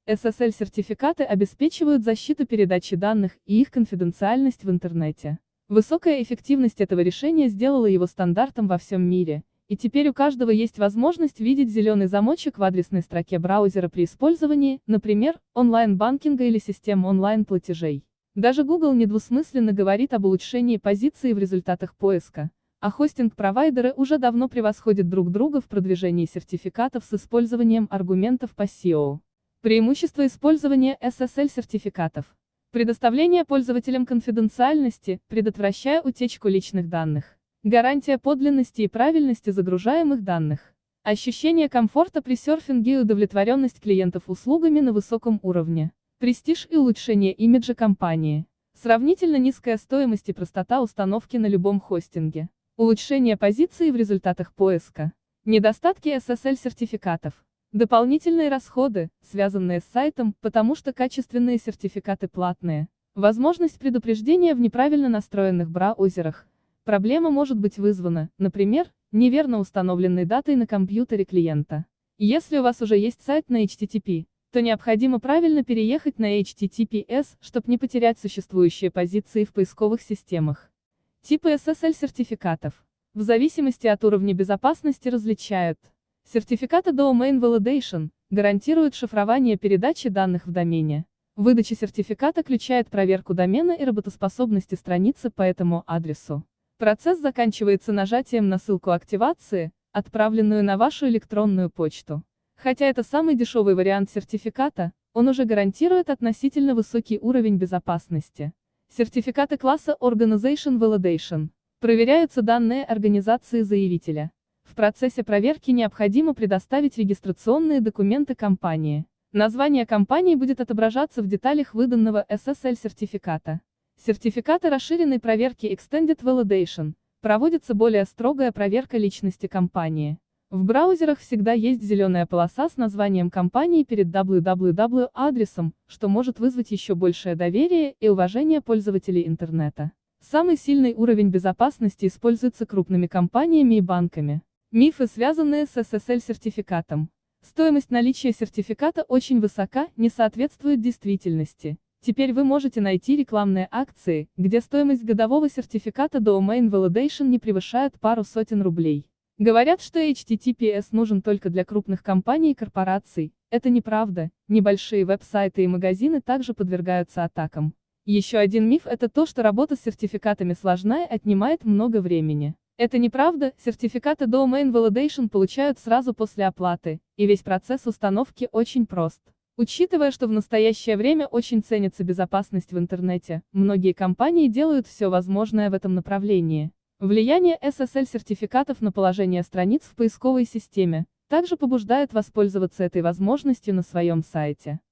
SSL-сертификаты обеспечивают защиту передачи данных и их конфиденциальность в интернете. Высокая эффективность этого решения сделала его стандартом во всем мире, и теперь у каждого есть возможность видеть зеленый замочек в адресной строке браузера при использовании, например, онлайн-банкинга или систем онлайн-платежей. Даже Google недвусмысленно говорит об улучшении позиции в результатах поиска, а хостинг-провайдеры уже давно превосходят друг друга в продвижении сертификатов с использованием аргументов по SEO. Преимущество использования SSL-сертификатов. Предоставление пользователям конфиденциальности, предотвращая утечку личных данных. Гарантия подлинности и правильности загружаемых данных. Ощущение комфорта при серфинге и удовлетворенность клиентов услугами на высоком уровне. Престиж и улучшение имиджа компании. Сравнительно низкая стоимость и простота установки на любом хостинге. Улучшение позиции в результатах поиска. Недостатки SSL-сертификатов. Дополнительные расходы, связанные с сайтом, потому что качественные сертификаты платные. Возможность предупреждения в неправильно настроенных браузерах. Проблема может быть вызвана, например, неверно установленной датой на компьютере клиента. Если у вас уже есть сайт на HTTP, то необходимо правильно переехать на HTTPS, чтобы не потерять существующие позиции в поисковых системах. Типы SSL-сертификатов. В зависимости от уровня безопасности различают. Сертификаты Domain Validation гарантируют шифрование передачи данных в домене. Выдача сертификата включает проверку домена и работоспособности страницы по этому адресу. Процесс заканчивается нажатием на ссылку активации, отправленную на вашу электронную почту. Хотя это самый дешевый вариант сертификата, он уже гарантирует относительно высокий уровень безопасности. Сертификаты класса Organization Validation. Проверяются данные организации заявителя. В процессе проверки необходимо предоставить регистрационные документы компании. Название компании будет отображаться в деталях выданного SSL-сертификата. Сертификаты расширенной проверки Extended Validation. Проводится более строгая проверка личности компании. В браузерах всегда есть зеленая полоса с названием компании перед www-адресом, что может вызвать еще большее доверие и уважение пользователей интернета. Самый сильный уровень безопасности используется крупными компаниями и банками. Мифы, связанные с SSL-сертификатом. Стоимость наличия сертификата очень высока, не соответствует действительности. Теперь вы можете найти рекламные акции, где стоимость годового сертификата Domain Validation не превышает пару сотен рублей. Говорят, что HTTPS нужен только для крупных компаний и корпораций. Это неправда, небольшие веб-сайты и магазины также подвергаются атакам. Еще один миф – это то, что работа с сертификатами сложна и отнимает много времени. Это неправда, сертификаты Domain Validation получают сразу после оплаты, и весь процесс установки очень прост. Учитывая, что в настоящее время очень ценится безопасность в интернете, многие компании делают все возможное в этом направлении. Влияние SSL-сертификатов на положение страниц в поисковой системе также побуждает воспользоваться этой возможностью на своем сайте.